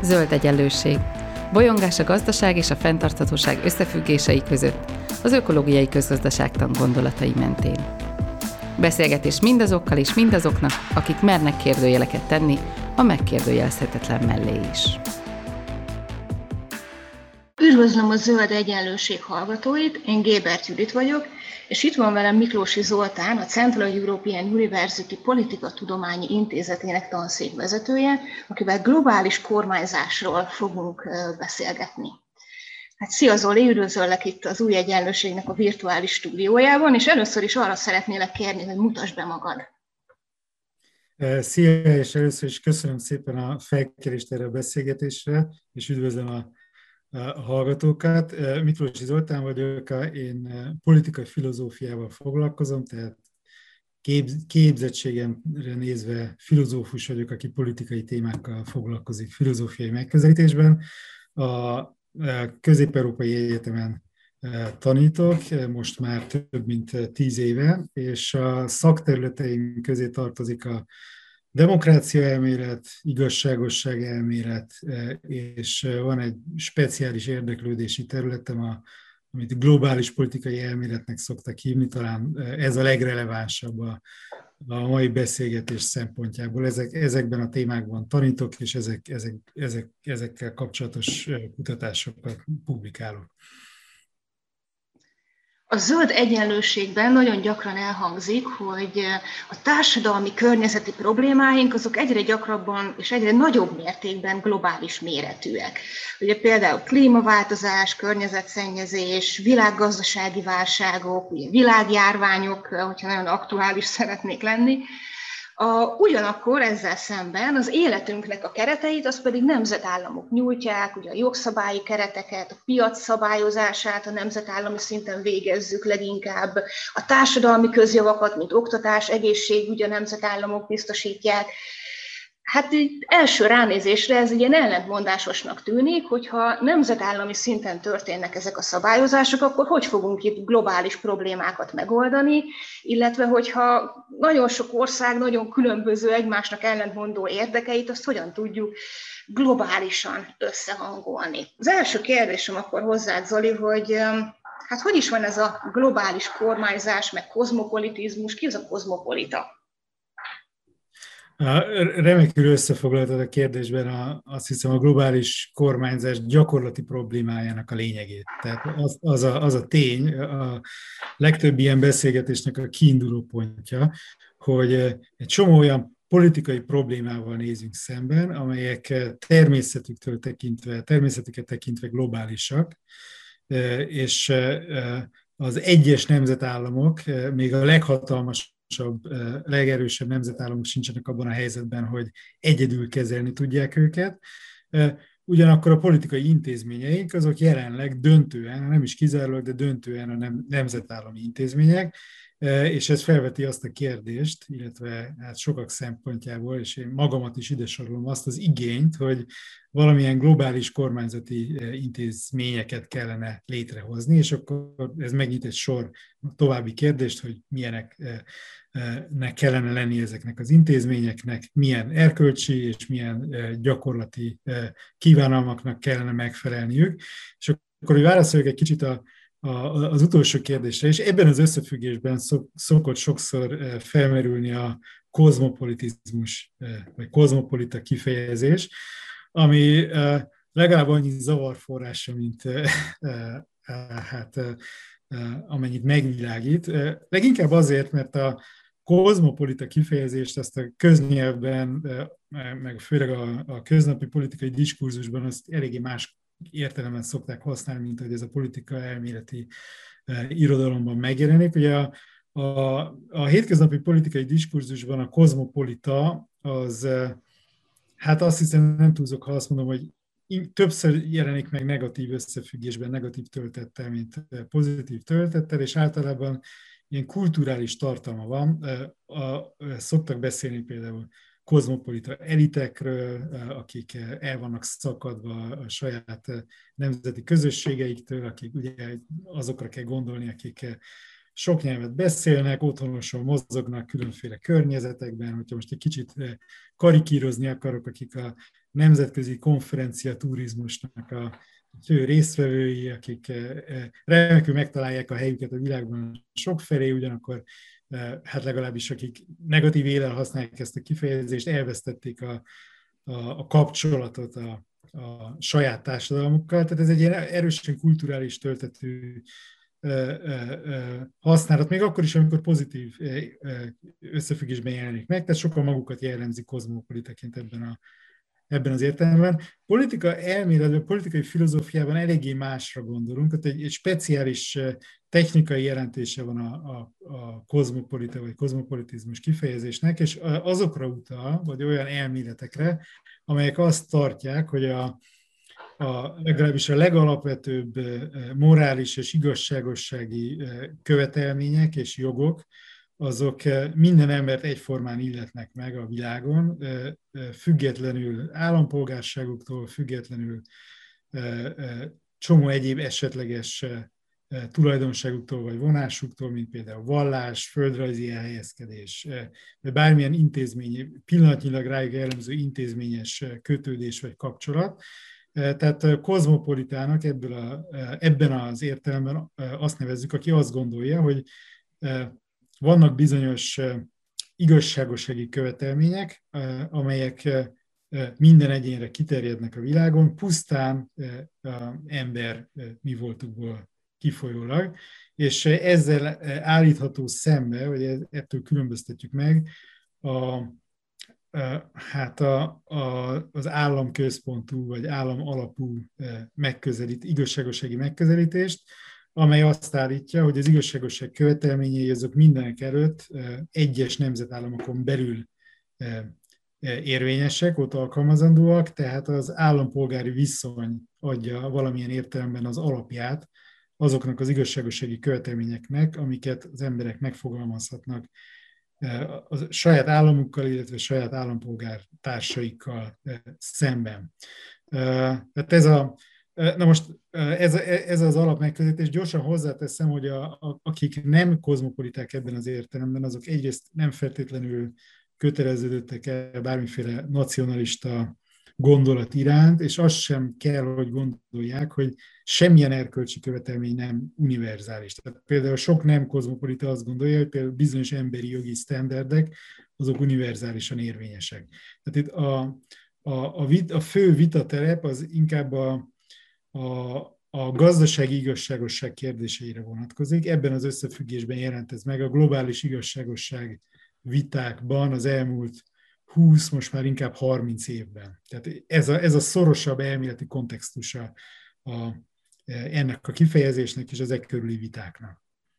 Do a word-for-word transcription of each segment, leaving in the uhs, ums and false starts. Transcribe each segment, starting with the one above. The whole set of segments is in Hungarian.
Zöld egyenlőség. Bolyongás a gazdaság és a fenntarthatóság összefüggései között, az ökológiai közgazdaságtan gondolatai mentén. Beszélgetés mindazokkal és mindazoknak, akik mernek kérdőjeleket tenni a megkérdőjelezhetetlen mellé is. Üdvözlöm a Zöld Egyenlőség hallgatóit, én Gébert Judit vagyok, és itt van velem Miklósi Zoltán, a Central European University Politikatudományi Intézetének tanszékvezetője, akivel globális kormányzásról fogunk beszélgetni. Hát szia Zoli, üdvözöllek itt az Új Egyenlőségnek a virtuális stúdiójában, és először is arra szeretnélek kérni, hogy mutasd be magad. Szia, és először is köszönöm szépen a felkérést erre a beszélgetésre, és üdvözlöm a a hallgatókat. Miklósi Zoltán vagyok, én politikai filozófiával foglalkozom, tehát képzettségemre nézve filozófus vagyok, aki politikai témákkal foglalkozik filozófiai megközelítésben. A Közép-Európai Egyetemen tanítok, most már több mint tíz éve, és a szakterületeim közé tartozik a demokrácia elmélet, igazságosság elmélet, és van egy speciális érdeklődési területem, a, amit globális politikai elméletnek szoktak hívni, talán ez a legrelevánsabb a, a mai beszélgetés szempontjából. Ezek, ezekben a témákban tanítok, és ezek, ezek, ezek, ezekkel kapcsolatos kutatásokat publikálok. A zöld egyenlőségben nagyon gyakran elhangzik, hogy a társadalmi környezeti problémáink azok egyre gyakrabban és egyre nagyobb mértékben globális méretűek. Ugye például klímaváltozás, környezetszennyezés, világgazdasági válságok, ugye világjárványok, hogyha nagyon aktuális szeretnék lenni. A, ugyanakkor ezzel szemben az életünknek a kereteit, az pedig nemzetállamok nyújtják, ugye a jogszabályi kereteket, a piac szabályozását a nemzetállami szinten végezzük leginkább, a társadalmi közjavakat, mint oktatás, egészségügy a nemzetállamok biztosítják. Hát így első ránézésre ez ilyen ellentmondásosnak tűnik, hogyha nemzetállami szinten történnek ezek a szabályozások, akkor hogy fogunk itt globális problémákat megoldani, illetve hogyha nagyon sok ország nagyon különböző egymásnak ellentmondó érdekeit, azt hogyan tudjuk globálisan összehangolni. Az első kérdésem akkor hozzád, Zoli, hogy hát hogy is van ez a globális kormányzás, meg kozmopolitizmus, ki az a kozmopolita? Remekül összefoglaltad a kérdésben a, azt hiszem a globális kormányzás gyakorlati problémájának a lényegét. Tehát az, az, a, az a tény, a legtöbb ilyen beszélgetésnek a kiinduló pontja, hogy egy csomó olyan politikai problémával nézünk szemben, amelyek természetüktől tekintve, természetüket tekintve globálisak, és az egyes nemzetállamok, még a leghatalmasabb, legerősebb nemzetállamok sincsenek abban a helyzetben, hogy egyedül kezelni tudják őket. Ugyanakkor a politikai intézményeink azok jelenleg döntően, nem is kizárólag, de döntően a nemzetállami intézmények, és ez felveti azt a kérdést, illetve hát sokak szempontjából, és én magamat is ide sorolom azt az igényt, hogy valamilyen globális kormányzati intézményeket kellene létrehozni, és akkor ez megnyit egy sor további kérdést, hogy milyeneknek kellene lenni ezeknek az intézményeknek, milyen erkölcsi és milyen gyakorlati kívánalmaknak kellene megfelelniük. És akkor, hogy válaszoljuk egy kicsit a az utolsó kérdésre, és ebben az összefüggésben szokott sokszor felmerülni a kozmopolitizmus, vagy kozmopolita kifejezés, ami legalább annyi zavarforrása, mint hát, amennyit megvilágít. Leginkább azért, mert a kozmopolita kifejezést ezt a köznyelvben, meg főleg a, a köznapi politikai diskurzusban azt eléggé más értelemben szokták használni, mint hogy ez a politika elméleti uh, irodalomban megjelenik. Ugye a, a, a hétköznapi politikai diskurzusban a kozmopolita az, uh, hát azt hiszem nem túlzok, ha azt mondom, hogy többször jelenik meg negatív összefüggésben, negatív töltettel, mint pozitív töltettel, és általában ilyen kulturális tartalma van. Uh, a, uh, szoktak beszélni például kozmopolita elitekről, akik el vannak szakadva a saját nemzeti közösségeiktől, akik ugye azokra kell gondolni, akik sok nyelvet beszélnek, otthonosan mozognak különféle környezetekben. Hogyha most egy kicsit karikírozni akarok, akik a nemzetközi konferencia turizmusnak a fő résztvevői, akik remekül megtalálják a helyüket a világban sokfelé, ugyanakkor hát legalábbis akik negatív élen használják ezt a kifejezést, elvesztették a, a, a kapcsolatot a, a saját társadalmukkal. Tehát ez egy ilyen erősen kulturális töltetű használat, még akkor is, amikor pozitív összefüggésben jelenik meg, tehát sokan magukat jellemzik kozmopolitaként ebben, a, ebben az értelemben. Politika elméletben, politikai filozófiában eléggé másra gondolunk, tehát egy, egy speciális technikai jelentése van a, a, a kozmopolita vagy kozmopolitizmus kifejezésnek, és azokra utal, vagy olyan elméletekre, amelyek azt tartják, hogy a A, legalábbis a legalapvetőbb morális és igazságossági követelmények és jogok, azok minden embert egyformán illetnek meg a világon, függetlenül állampolgárságuktól, függetlenül csomó egyéb esetleges tulajdonságuktól vagy vonásuktól, mint például vallás, földrajzi elhelyezkedés, vagy bármilyen intézmény, pillanatnyilag rájuk jellemző intézményes kötődés vagy kapcsolat. Tehát kozmopolitának ebből a, ebben az értelemben azt nevezzük, aki azt gondolja, hogy vannak bizonyos igazságossági követelmények, amelyek minden egyénre kiterjednek a világon, pusztán ember mi voltukból kifolyólag, és ezzel állítható szembe, vagy ettől különböztetjük meg a hát a, a, az államközpontú vagy állam alapú megközelít, igazságossági megközelítést, amely azt állítja, hogy az igazságosság követelményei azok mindenek előtt egyes nemzetállamokon belül érvényesek, ott alkalmazandóak, tehát az állampolgári viszony adja valamilyen értelemben az alapját azoknak az igazságossági követelményeknek, amiket az emberek megfogalmazhatnak a saját államukkal, illetve saját állampolgár társaikkal szemben. Tehát ez a, na most ez, ez az alapmegközelítés, gyorsan hozzáteszem, hogy a, a, akik nem kozmopoliták ebben az értelemben, azok egyrészt nem feltétlenül köteleződöttek el bármiféle nacionalista gondolat iránt, és azt sem kell, hogy gondolják, hogy semmilyen erkölcsi követelmény nem univerzális. Tehát például sok nem kozmopolita azt gondolja, hogy például bizonyos emberi jogi sztenderdek, azok univerzálisan érvényesek. Tehát itt a, a, a, vit, a fő vitaterep az inkább a, a, a gazdasági igazságosság kérdéseire vonatkozik. Ebben az összefüggésben jelent ez meg a globális igazságosság vitákban az elmúlt húsz, most már inkább harminc évben. Tehát ez a, ez a szorosabb elméleti kontextusa a, ennek a kifejezésnek és az e körüli vitáknak.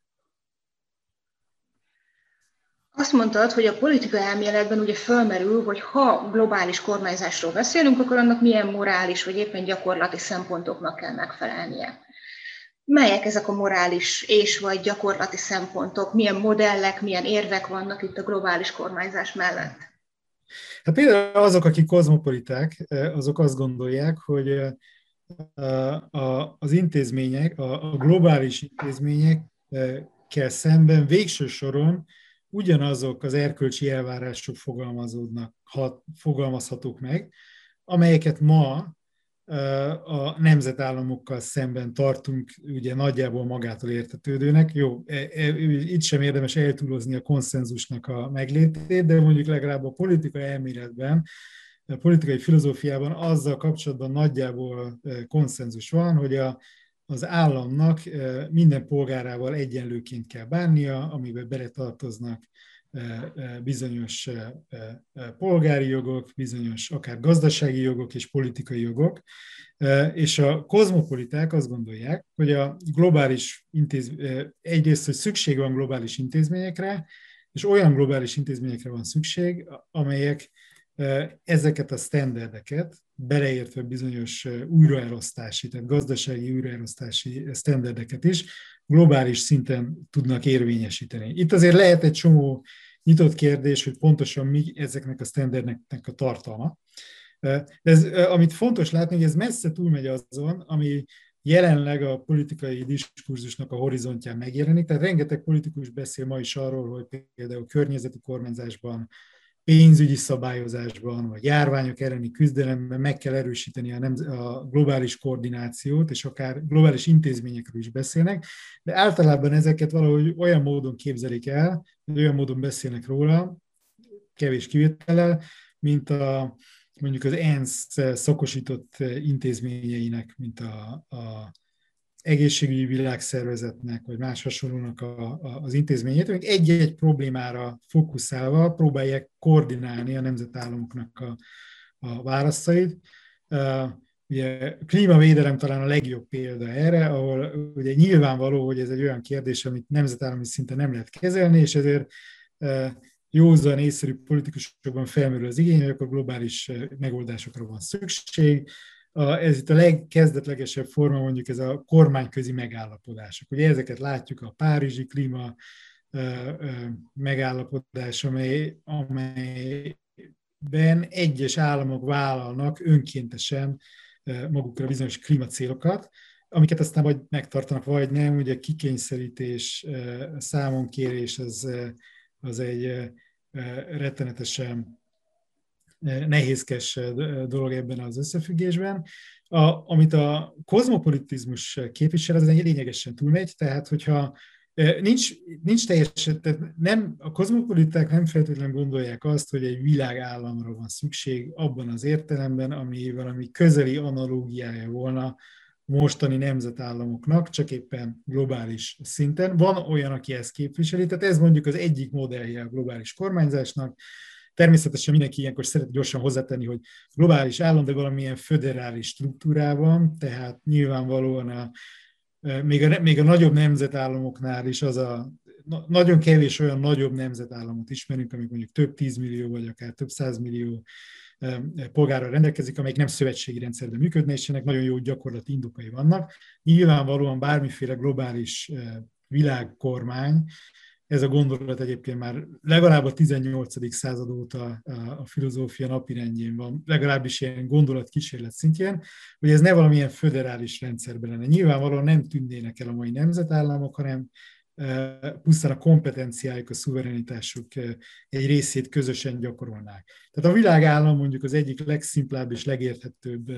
Azt mondtad, hogy a politika elméletben ugye fölmerül, hogy ha globális kormányzásról beszélünk, akkor annak milyen morális vagy éppen gyakorlati szempontoknak kell megfelelnie. Melyek ezek a morális és vagy gyakorlati szempontok? Milyen modellek, milyen érvek vannak itt a globális kormányzás mellett? Hát például azok, akik kozmopoliták, azok azt gondolják, hogy az intézmények, a globális intézményekkel szemben végső soron ugyanazok az erkölcsi elvárások fogalmazódnak, fogalmazhatók meg, amelyeket ma a nemzetállamokkal szemben tartunk ugye nagyjából magától értetődőnek. Jó, itt sem érdemes eltúlozni a konszenzusnak a meglétét, de mondjuk legalább a politika elméletben, a politikai filozófiában azzal kapcsolatban nagyjából konszenzus van, hogy a, az államnak minden polgárával egyenlőként kell bánnia, amiben beletartoznak bizonyos polgári jogok, bizonyos akár gazdasági jogok és politikai jogok, és a kozmopoliták azt gondolják, hogy a globális intézmény, egyrészt, hogy szükség van globális intézményekre, és olyan globális intézményekre van szükség, amelyek ezeket a sztenderdeket, beleértve bizonyos újraelosztási, tehát gazdasági újraelosztási sztenderdeket is globális szinten tudnak érvényesíteni. Itt azért lehet egy csomó nyitott kérdés, hogy pontosan mi ezeknek a sztenderdeknek a tartalma. De ez, amit fontos látni, hogy ez messze túlmegy azon, ami jelenleg a politikai diskurzusnak a horizontján megjelenik. Tehát rengeteg politikus beszél ma is arról, hogy például környezeti kormányzásban pénzügyi szabályozásban, vagy járványok elleni küzdelemben meg kell erősíteni a, nemz- a globális koordinációt, és akár globális intézményekről is beszélnek, de általában ezeket valahogy olyan módon képzelik el, olyan módon beszélnek róla, kevés kivétellel, mint a, mondjuk az ENSZ szakosított intézményeinek, mint a, a egészségügyi világszervezetnek, vagy más hasonlónak a, a, az intézményét, amik egy-egy problémára fókuszálva próbálják koordinálni a nemzetállamoknak a, a válaszait. Uh, ugye klímavédelem talán a legjobb példa erre, ahol ugye nyilvánvaló, hogy ez egy olyan kérdés, amit nemzetállami szinten nem lehet kezelni, és ezért uh, józan, észszerű politikusokban felmerül az igény, hogy akkor globális megoldásokra van szükség. Ez itt a legkezdetlegesebb forma, mondjuk ez a kormányközi megállapodások. Ugye ezeket látjuk, a párizsi klíma megállapodás, amely, amelyben egyes államok vállalnak önkéntesen magukra bizonyos klímacélokat, amiket aztán vagy megtartanak, vagy nem. Ugye kikényszerítés, számonkérés az, az egy rettenetesen nehézkes dolog ebben az összefüggésben. A, amit a kozmopolitizmus képvisel, az egy lényegesen túlmegy, tehát hogyha nincs, nincs teljesen, tehát nem, a kozmopoliták nem feltétlenül gondolják azt, hogy egy világállamra van szükség abban az értelemben, ami valami közeli analógiája volna mostani nemzetállamoknak, csak éppen globális szinten. Van olyan, aki ezt képviseli, tehát ez mondjuk az egyik modellje a globális kormányzásnak. Természetesen mindenki ilyenkor szeret gyorsan hozzátenni, hogy globális állam, de valamilyen föderális struktúrában, tehát nyilvánvalóan a, még, a, még a nagyobb nemzetállamoknál is az a nagyon kevés olyan nagyobb nemzetállamot ismerünk, amik mondjuk több tízmillió vagy akár több százmillió polgárral rendelkezik, amelyik nem szövetségi rendszerben működne, és ennek nagyon jó gyakorlati indokai vannak. Nyilvánvalóan bármiféle globális világkormány, ez a gondolat egyébként már legalább a tizennyolcadik század óta a filozófia napirendjén van, legalábbis ilyen gondolatkísérlet szintjén, hogy ez ne valamilyen föderális rendszerben lenne. Nyilvánvalóan nem tűnnének el a mai nemzetállamok, hanem pusztán a kompetenciájuk, a szuverenitásuk egy részét közösen gyakorolnák. Tehát a világállam mondjuk az egyik legszimplább és legérthetőbb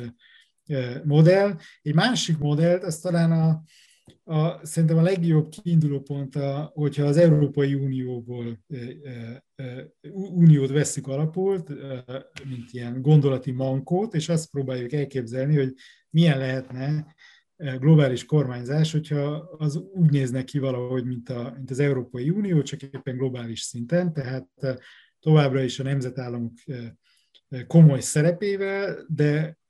modell. Egy másik modellt, az talán a A, szerintem a legjobb kiinduló pont, a, hogyha az Európai Unióból e, e, e, uniót vesszük alapul, e, mint ilyen gondolati mankót, és azt próbáljuk elképzelni, hogy milyen lehetne globális kormányzás, hogyha az úgy nézne ki valahogy, mint, a, mint az Európai Unió, csak éppen globális szinten, tehát továbbra is a nemzetállamok komoly szerepével, de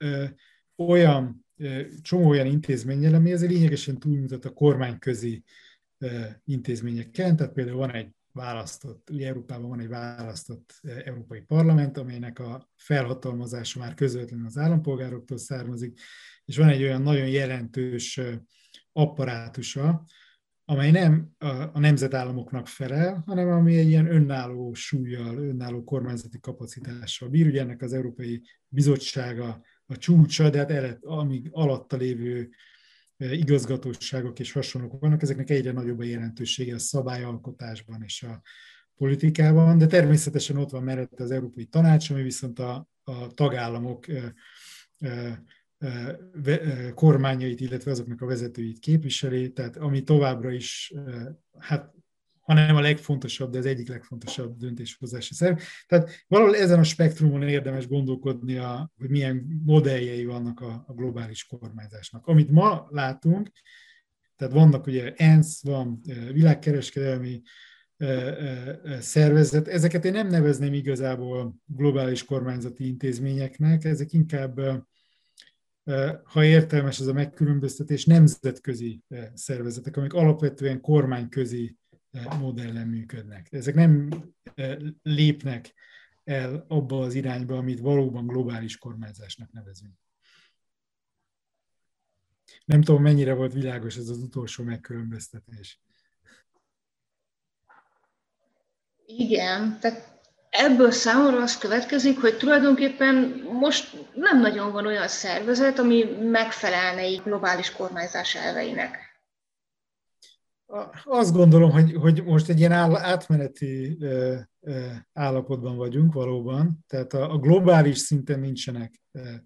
olyan csomó olyan intézménnyel, ami azért lényegesen túlmutat a kormányközi intézményeken, tehát például van egy választott, ugye Európában van egy választott Európai Parlament, amelynek a felhatalmazása már közvetlenül az állampolgároktól származik, és van egy olyan nagyon jelentős apparátusa, amely nem a nemzetállamoknak felel, hanem ami egy ilyen önálló súllyal, önálló kormányzati kapacitással bír. Ugye ennek az Európai Bizottsága a csúcsa, de hát elet, amíg alatta lévő igazgatóságok és hasonlók vannak, ezeknek egyre nagyobb a jelentősége a szabályalkotásban és a politikában, de természetesen ott van mellette az Európai Tanács, ami viszont a, a tagállamok kormányait, illetve azoknak a vezetőit képviseli, tehát ami továbbra is, hát hanem a legfontosabb, de az egyik legfontosabb döntéshozási szerv. Tehát valahol ezen a spektrumon érdemes gondolkodni, a, hogy milyen modelljei vannak a, a globális kormányzásnak. Amit ma látunk, tehát vannak ugye ENSZ, van világkereskedelmi szervezet, ezeket én nem nevezném igazából globális kormányzati intézményeknek, ezek inkább, ha értelmes ez a megkülönböztetés, nemzetközi szervezetek, amik alapvetően kormányközi modellen működnek. Ezek nem lépnek el abba az irányba, amit valóban globális kormányzásnak nevezünk. Nem tudom, mennyire volt világos ez az utolsó megkülönböztetés. Igen, tehát ebből számomra az következik, hogy tulajdonképpen most nem nagyon van olyan szervezet, ami megfelelne így globális kormányzás elveinek. Azt gondolom, hogy, hogy most egy ilyen áll, átmeneti állapotban vagyunk valóban, tehát a, a globális szinten nincsenek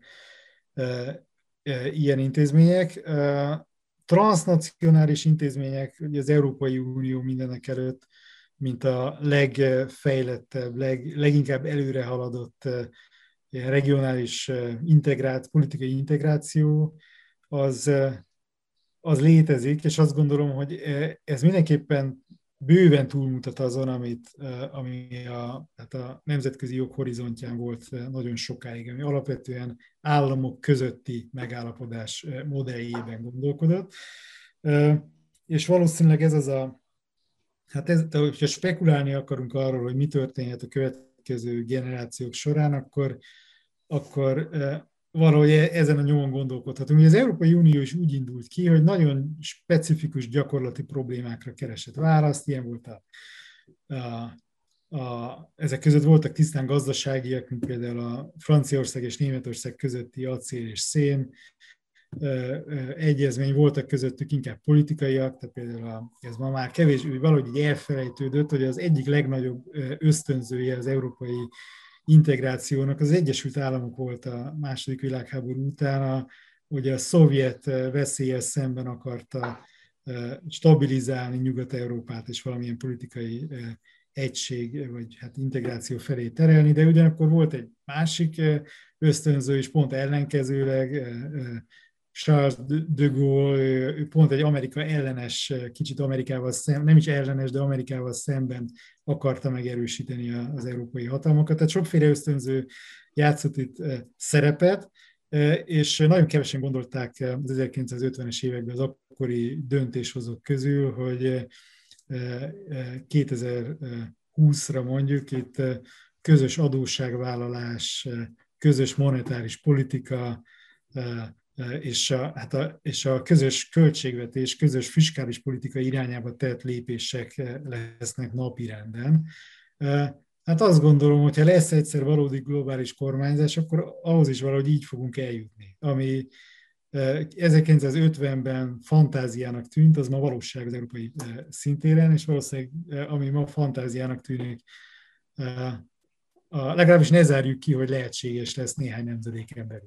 ilyen intézmények. Transnacionális intézmények, ugye az Európai Unió mindenek előtt, mint a legfejlettebb, leg, leginkább előre haladott regionális integrált, politikai integráció, az, az létezik, és azt gondolom, hogy ez mindenképpen bőven túlmutat azon, amit, ami a, hát a nemzetközi jog horizontján volt nagyon sokáig, ami alapvetően államok közötti megállapodás modelljében gondolkodott. És valószínűleg ez az a, hát ez, hogyha spekulálni akarunk arról, hogy mi történhet a következő generációk során, akkor, akkor valahogy ezen a nyomon gondolkodhatunk. Ugye az Európai Unió is úgy indult ki, hogy nagyon specifikus gyakorlati problémákra keresett választ, ilyen volt a, a, a ezek között voltak tisztán gazdaságiak, mint például a Franciaország és Németország közötti acél és szén egyezmény, voltak közöttük inkább politikaiak, tehát például a, ez ma már kevésbé valahogy így elfelejtődött, hogy az egyik legnagyobb ösztönzője az európai integrációnak az Egyesült Államok volt a második világháború után, a, ugye a szovjet veszéllyel szemben akarta stabilizálni Nyugat-Európát és valamilyen politikai egység vagy hát integráció felé terelni, de ugyanakkor volt egy másik ösztönző is, pont ellenkezőleg, Charles de Gaulle pont egy Amerika ellenes, kicsit Amerikával szemben, nem is ellenes, de Amerikával szemben akarta megerősíteni az európai hatalmakat. Tehát sokféle ösztönző játszott itt szerepet, és nagyon kevesen gondolták az ezerkilencszázötvenes években az akkori döntéshozók közül, hogy kétezer-húszra mondjuk itt közös adósságvállalás, közös monetáris politika, és a, hát a, és a közös költségvetés, közös fiskális politika irányába tett lépések lesznek napirenden. Hát azt gondolom, hogy ha lesz egyszer valódi globális kormányzás, akkor ahhoz is valahogy így fogunk eljutni. Ami ezerkilencszázötvenben fantáziának tűnt, az ma valóság az európai szintéren, és valószínűleg ami ma fantáziának tűnik, legalábbis ne zárjuk ki, hogy lehetséges lesz néhány nemzedéken belül.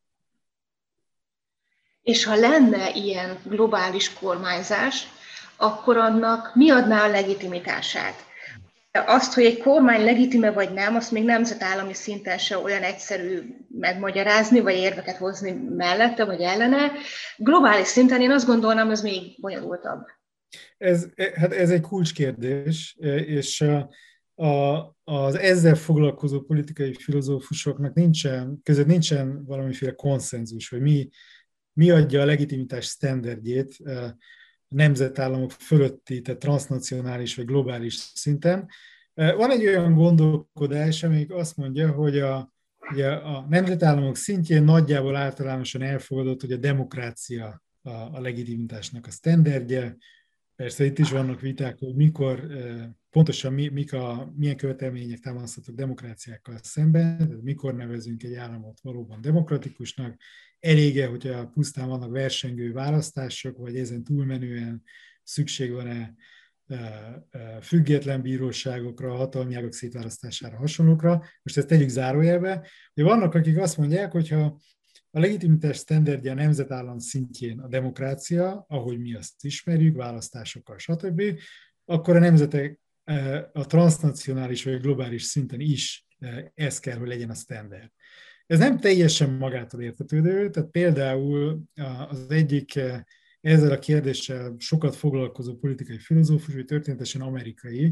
És ha lenne ilyen globális kormányzás, akkor annak mi adná a legitimitását? Azt, hogy egy kormány legitime vagy nem, azt még nemzetállami szinten se olyan egyszerű megmagyarázni, vagy érveket hozni mellette, vagy ellene. Globális szinten én azt gondolnám, ez még bonyolultabb. Ez, hát ez egy kulcskérdés, és a, az ezzel foglalkozó politikai filozófusoknak nincsen, között nincsen valamiféle konszenzus, hogy mi, mi adja a legitimitás sztenderdjét nemzetállamok fölötti, tehát transnacionális vagy globális szinten. Van egy olyan gondolkodás, amelyik azt mondja, hogy a, ugye a nemzetállamok szintjén nagyjából általánosan elfogadott, hogy a demokrácia a, a legitimitásnak a sztenderdje. Persze itt is vannak viták, hogy mikor, pontosan mi, mik a, milyen követelmények támaszthatók demokráciákkal szemben, mikor nevezünk egy államot valóban demokratikusnak. Elég-e, hogyha pusztán vannak versengő választások, vagy ezen túlmenően szükség van-e független bíróságokra, hatalmi ágak szétválasztására, hasonlókra. Most ezt tegyük zárójelbe, hogy vannak, akik azt mondják, hogyha a legitimitás sztenderdje a nemzetállam szintjén a demokrácia, ahogy mi azt ismerjük, választásokkal, stb., akkor a nemzetek a transnacionális vagy globális szinten is ez kell, hogy legyen a sztenderd. Ez nem teljesen magától értetődő, tehát például az egyik ezzel a kérdéssel sokat foglalkozó politikai filozófus, vagy történetesen amerikai,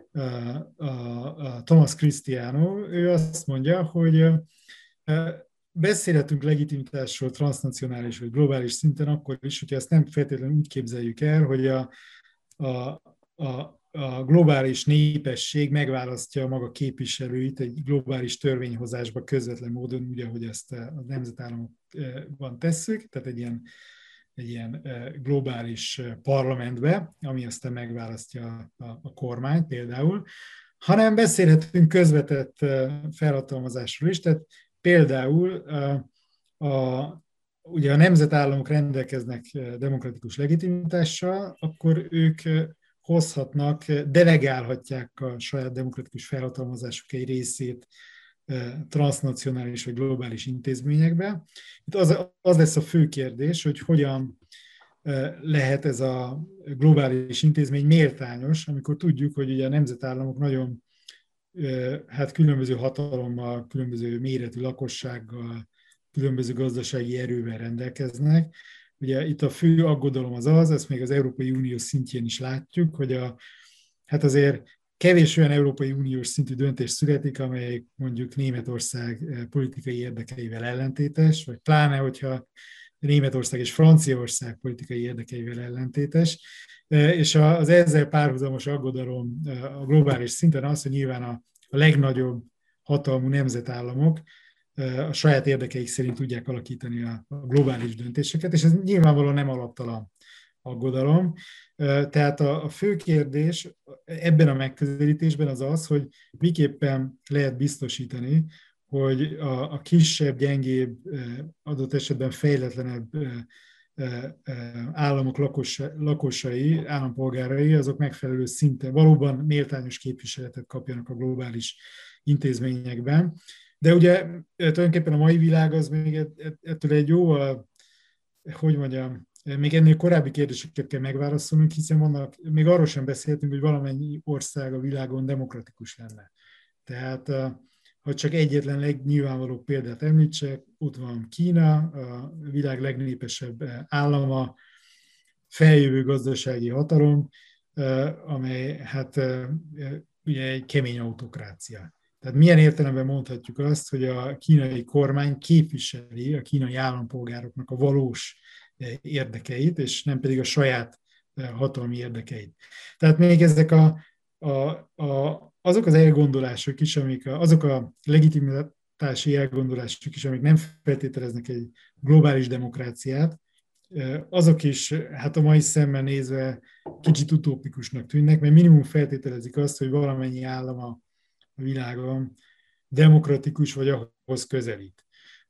a Thomas Cristiano, ő azt mondja, hogy beszélhetünk legitimitásról transnacionális vagy globális szinten akkor is, hogyha ezt nem feltétlenül úgy képzeljük el, hogy a, a, a, a globális népesség megválasztja maga képviselőit egy globális törvényhozásba közvetlen módon, úgy, ahogy ezt a nemzetállamokban tesszük, tehát egy ilyen, egy ilyen globális parlamentbe, ami aztán megválasztja a, a kormányt például, hanem beszélhetünk közvetett felhatalmazásról is, tehát például a, ugye a nemzetállamok rendelkeznek demokratikus legitimitással, akkor ők hozhatnak, delegálhatják a saját demokratikus felhatalmazásuk egy részét transznacionális vagy globális intézményekbe. Itt az, az lesz a fő kérdés, hogy hogyan lehet ez a globális intézmény méltányos, amikor tudjuk, hogy ugye a nemzetállamok nagyon hát különböző hatalommal, különböző méretű lakossággal, különböző gazdasági erővel rendelkeznek. Ugye itt a fő aggodalom az az, ezt még az Európai Unió szintjén is látjuk, hogy a, hát azért kevés olyan Európai Uniós szintű döntés születik, amely mondjuk Németország politikai érdekeivel ellentétes, vagy pláne, hogyha Németország és Franciaország politikai érdekeivel ellentétes. És az ezzel párhuzamos aggodalom a globális szinten az, hogy nyilván a, a legnagyobb hatalmú nemzetállamok a saját érdekeik szerint tudják alakítani a, a globális döntéseket, és ez nyilvánvalóan nem alaptalan aggodalom. Tehát a, a fő kérdés ebben a megközelítésben az az, hogy miképpen lehet biztosítani, hogy a, a kisebb, gyengébb, adott esetben fejletlenebb államok lakosa, lakosai, állampolgárai, azok megfelelő szinten valóban méltányos képviseletet kapjanak a globális intézményekben. De ugye tulajdonképpen a mai világ az még ettől egy jó, hogy mondjam, még ennél korábbi kérdéseket kell megválaszolnunk, hiszen vannak, még arról sem beszéltünk, hogy valamennyi ország a világon demokratikus lenne. Tehát ha csak egyetlen legnyilvánvalóbb példát említsek, ott van Kína, a világ legnépesebb állama, feljövő gazdasági hatalom, amely hát ugye egy kemény autokrácia. Tehát milyen értelemben mondhatjuk azt, hogy a kínai kormány képviseli a kínai állampolgároknak a valós érdekeit, és nem pedig a saját hatalmi érdekeit. Tehát még ezek a, a, a azok az elgondolások is, amik a, azok a legitimitási elgondolások is, amik nem feltételeznek egy globális demokráciát, azok is hát a mai szemmel nézve kicsit utópikusnak tűnnek, mert minimum feltételezik azt, hogy valamennyi állam a világon demokratikus vagy ahhoz közelít.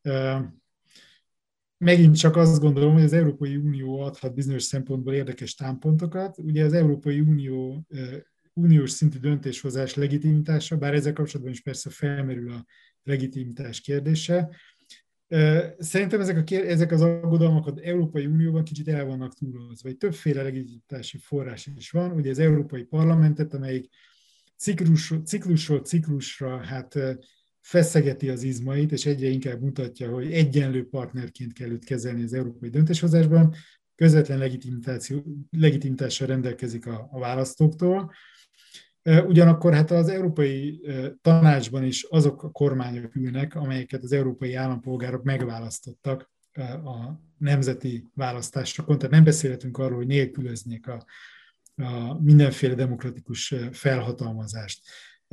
Megint csak azt gondolom, hogy az Európai Unió adhat bizonyos szempontból érdekes támpontokat. Ugye az Európai Unió uniós szintű döntéshozás legitimitása, bár ezzel kapcsolatban is persze felmerül a legitimitás kérdése. Szerintem ezek, a kér, ezek az aggodalmak az Európai Unióban kicsit el vannak túlozva. Vagy többféle legitimitási forrás is van. Ugye az Európai Parlamentet, amelyik ciklus, ciklusról ciklusra hát feszegeti az izmait, és egyre inkább mutatja, hogy egyenlő partnerként kell őt kezelni az európai döntéshozásban, közvetlen legitimitással rendelkezik a, a választóktól. Ugyanakkor hát az Európai Tanácsban is azok a kormányok ülnek, amelyeket az európai állampolgárok megválasztottak a nemzeti választásokon. Tehát nem beszélhetünk arról, hogy nélkülöznék a, a mindenféle demokratikus felhatalmazást.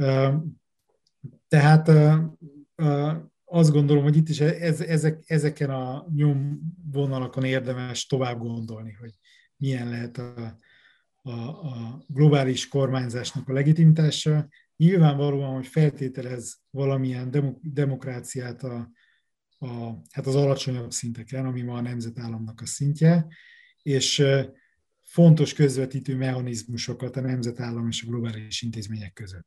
Tehát azt gondolom, hogy itt is ez, ezek, ezeken a nyomvonalakon érdemes tovább gondolni, hogy milyen lehet a, a, a globális kormányzásnak a legitimitása. Nyilvánvalóan, hogy feltételez valamilyen demok, demokráciát a, a, hát az alacsonyabb szinteken, ami ma a nemzetállamnak a szintje, és fontos közvetítő mechanizmusokat a nemzetállam és a globális intézmények között.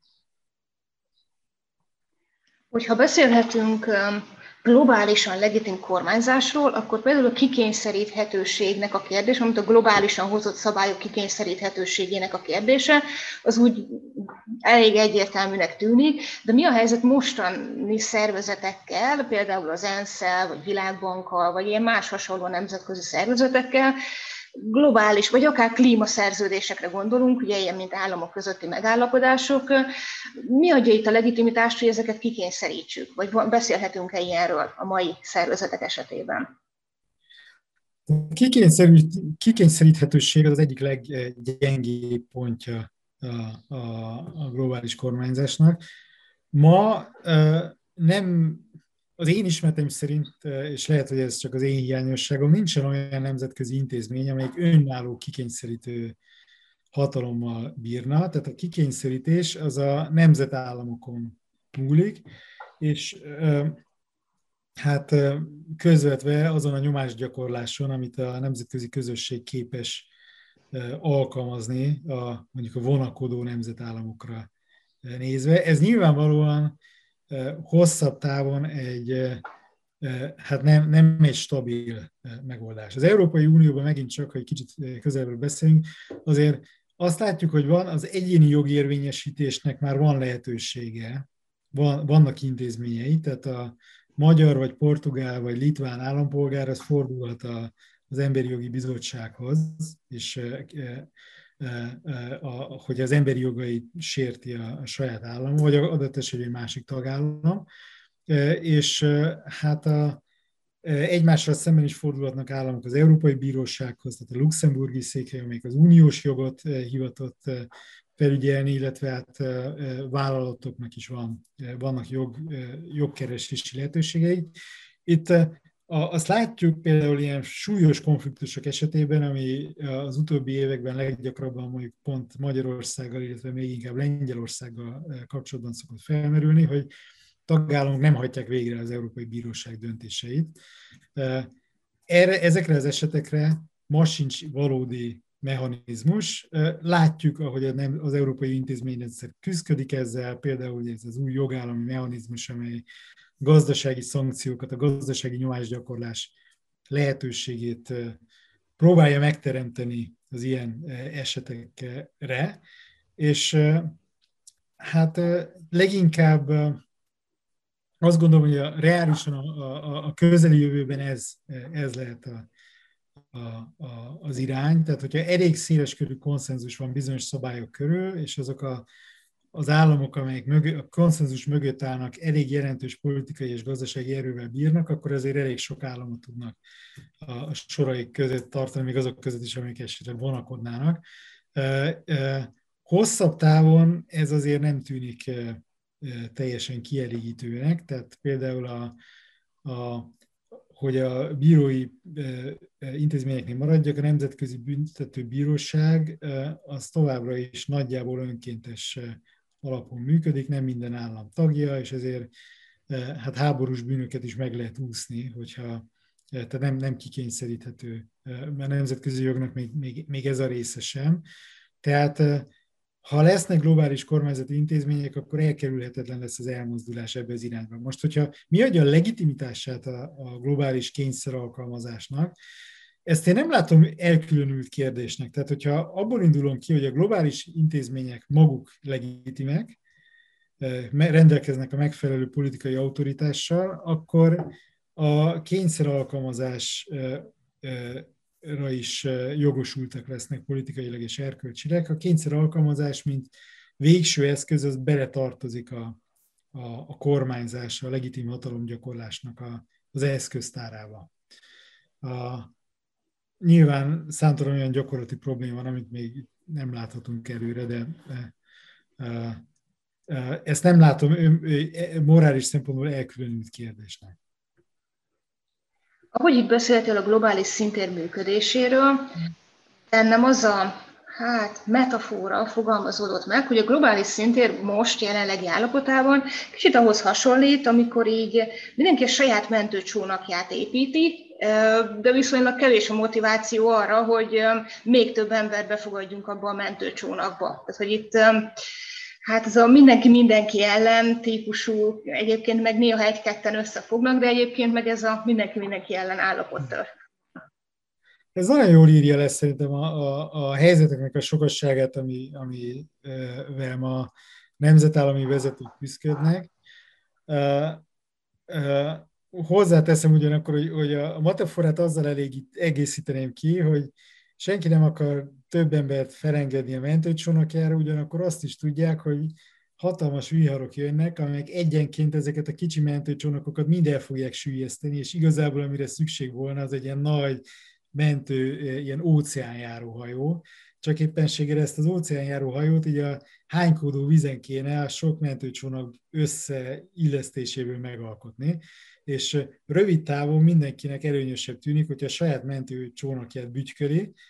Hogyha beszélhetünk globálisan legitim kormányzásról, akkor például a kikényszeríthetőségnek a kérdés, amit a globálisan hozott szabályok kikényszeríthetőségének a kérdése, az úgy elég egyértelműnek tűnik, de mi a helyzet mostani szervezetekkel, például az ENSZ-el, vagy Világbankkal, vagy ilyen más hasonló nemzetközi szervezetekkel, globális, vagy akár klímaszerződésekre gondolunk, ugye ilyen, mint államok közötti megállapodások. Mi adja itt a legitimitást, hogy ezeket kikényszerítsük? Vagy beszélhetünk-e ilyenről a mai szervezetek esetében? Kikényszeríthetőség az egyik leggyengébb pontja a, a, a globális kormányzásnak. Ma nem... Az én ismeretem szerint, és lehet, hogy ez csak az én hiányosságom, nincsen olyan nemzetközi intézmény, amelyik önálló kikényszerítő hatalommal bírna. Tehát a kikényszerítés az a nemzetállamokon múlik, és hát közvetve azon a nyomásgyakorláson, amit a nemzetközi közösség képes alkalmazni a, mondjuk a vonakodó nemzetállamokra nézve. Ez nyilvánvalóan hosszabb távon egy, hát nem, nem egy stabil megoldás. Az Európai Unióban megint csak, ha egy kicsit közelről beszélünk, azért azt látjuk, hogy van az egyéni jogérvényesítésnek már van lehetősége, van, vannak intézményei, tehát a magyar, vagy portugál, vagy litván állampolgár az fordulhat a, az Emberi Jogi Bizottsághoz, és a, hogy az emberi jogait sérti a, a saját állam, vagy adott esetben egy másik tagállam, és hát a, egymással szemben is fordulhatnak államok az Európai Bírósághoz, tehát a luxemburgi székhely, amelyik az uniós jogot hivatott felügyelni, illetve hát vállalatoknak is van, vannak jog, jogkeresési lehetőségei. Itt azt látjuk például ilyen súlyos konfliktusok esetében, ami az utóbbi években leggyakrabban mondjuk pont Magyarországgal, illetve még inkább Lengyelországgal kapcsolatban szokott felmerülni, hogy tagállamok nem hajtják végre az Európai Bíróság döntéseit. Erre, ezekre az esetekre ma sincs valódi mechanizmus. Látjuk, ahogy az Európai Intézményrendszer küzdik ezzel, például ez az új jogállami mechanizmus, amely gazdasági szankciókat, a gazdasági nyomásgyakorlás lehetőségét próbálja megteremteni az ilyen esetekre, és hát leginkább azt gondolom, hogy a, reálisan a, a, a közeli jövőben ez, ez lehet a, a, a, az irány. Tehát, hogyha elég széleskörű konszenzus van bizonyos szabályok körül, és azok a, az államok, amelyek mögö, a konszenzus mögött állnak, elég jelentős politikai és gazdasági erővel bírnak, akkor azért elég sok államot tudnak a soraik között tartani, még azok között is, amelyek esetleg vonakodnának. Hosszabb távon ez azért nem tűnik teljesen kielégítőnek, tehát például a, a, hogy a bírói intézményeknél maradjak, a Nemzetközi Büntetőbíróság az továbbra is nagyjából önkéntes alapon működik, nem minden állam tagja, és ezért hát háborús bűnöket is meg lehet úszni, hogyha tehát nem, nem kikényszeríthető, mert a nemzetközi jognak még, még, még ez a része sem. Tehát ha lesznek globális kormányzati intézmények, akkor elkerülhetetlen lesz az elmozdulás ebbe az irányba. Most, hogyha mi adja a legitimitását a, a globális kényszeralkalmazásnak, ezt én nem látom elkülönült kérdésnek. Tehát, hogyha abból indulunk ki, hogy a globális intézmények maguk legitimek, rendelkeznek a megfelelő politikai autoritással, akkor a kényszeralkalmazás is jogosultak lesznek politikailag és erkölcsileg. A kényszeralkalmazás, mint végső eszköz, az beletartozik a, a, a kormányzás, a legitim hatalomgyakorlásnak a, az eszköztárába. A, nyilván számtalan olyan gyakorlati probléma van, amit még nem láthatunk előre, de, de, de ezt nem látom morális szempontból elkülönült kérdésnek. Ahogy itt beszéltél a globális szintér működéséről, bennem az a hát, metafora fogalmazódott meg, hogy a globális szintér most jelenlegi állapotában kicsit ahhoz hasonlít, amikor így mindenki a saját mentőcsónakját építi, de viszonylag kevés a motiváció arra, hogy még több embert befogadjunk abba a mentőcsónakba. Tehát, hogy itt hát ez a mindenki mindenki ellen típusú, egyébként meg néha egy-ketten összefognak, de egyébként meg ez a mindenki mindenki ellen állapot. Ez nagyon jól írja lesz szerintem a, a, a helyzeteknek a sokasságát, ami, amivel ma nemzetállami vezetők küzdködnek. Uh, uh, hozzáteszem ugyanakkor, hogy, hogy a metaforát azzal elég egészíteném ki, hogy senki nem akar több embert felengedni a mentőcsónakjára, ugyanakkor azt is tudják, hogy hatalmas viharok jönnek, amelyek egyenként ezeket a kicsi mentőcsónakokat mind el fogják süllyeszteni, és igazából amire szükség volna, az egy ilyen nagy mentő, ilyen óceánjáró hajó. Csak éppenségére ezt az óceánjáró hajót így a hánykódó vizen kéne a sok mentőcsónak összeillesztéséből megalkotni, és rövid távon mindenkinek előnyösebb tűnik, hogyha a saját mentőcsónakját bütyköli,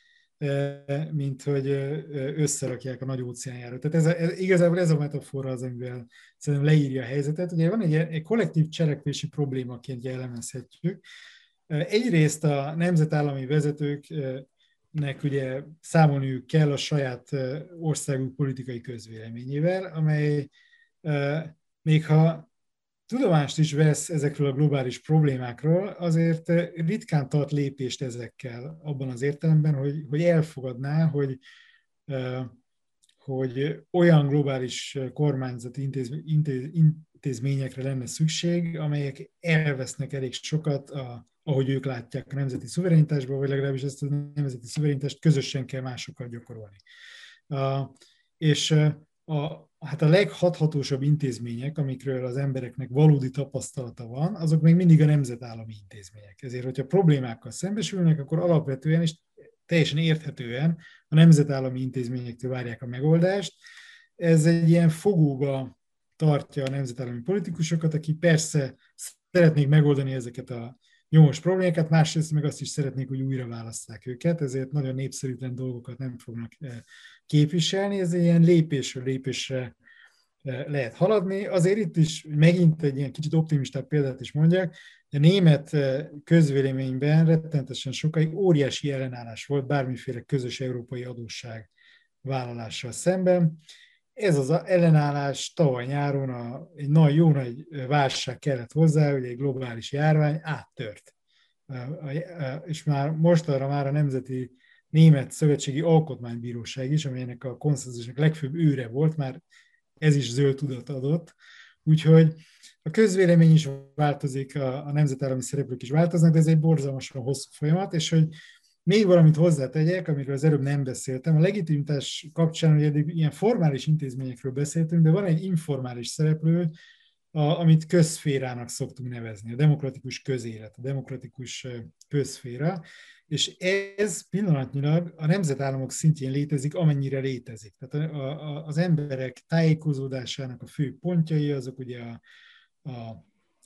mint hogy összerakják a nagy óceánjára. Tehát ez a, ez, igazából ez a metafora az, amivel szerintem leírja a helyzetet. Ugye van egy, egy kollektív cselekvési problémaként jellemezhetjük. Egyrészt a nemzetállami vezetőknek ugye számolniuk kell a saját országuk politikai közvéleményével, amely még ha tudomást is vesz ezekről a globális problémákról, azért ritkán tart lépést ezekkel abban az értelemben, hogy, hogy elfogadná, hogy, hogy olyan globális kormányzati intéz, intéz, intézményekre lenne szükség, amelyek elvesznek elég sokat, a, ahogy ők látják a nemzeti szuverenitásból, vagy legalábbis ezt a nemzeti szuverenitást közösen kell másokkal gyakorolni. És a Hát a leghathatósabb intézmények, amikről az embereknek valódi tapasztalata van, azok még mindig a nemzetállami intézmények. Ezért, hogyha problémákkal szembesülnek, akkor alapvetően és teljesen érthetően a nemzetállami intézményektől várják a megoldást. Ez egy ilyen fogóba tartja a nemzetállami politikusokat, akik persze szeretnék megoldani ezeket a nyomos problémákat, másrészt meg azt is szeretnék, hogy újra válasszák őket, ezért nagyon népszerűtlen dolgokat nem fognak képviselni, ez ilyen lépésről lépésre lehet haladni. Azért itt is megint egy ilyen kicsit optimistább példát is mondjak, a német közvéleményben rettenetesen sokáig óriási ellenállás volt bármiféle közös európai adósság vállalással szemben. Ez az ellenállás tavaly nyáron a, egy nagy, jó nagy válság kellett hozzá, hogy egy globális járvány áttört. És már mostanra már a Nemzeti Német Szövetségi Alkotmánybíróság is, amelynek a konszenzusnak legfőbb őre volt, már ez is zöld tudat adott. Úgyhogy a közvélemény is változik, a, a nemzetállami szereplők is változnak, de ez egy borzalmasan hosszú folyamat, és hogy még valamit hozzátegyek, amiről az előbb nem beszéltem. A legitimitás kapcsán ugye eddig ilyen formális intézményekről beszéltünk, de van egy informális szereplő, a, amit közszférának szoktunk nevezni, a demokratikus közélet, a demokratikus közszféra, és ez pillanatnyilag a nemzetállamok szintjén létezik, amennyire létezik. Tehát a, a, az emberek tájékozódásának a fő pontjai azok ugye a, a,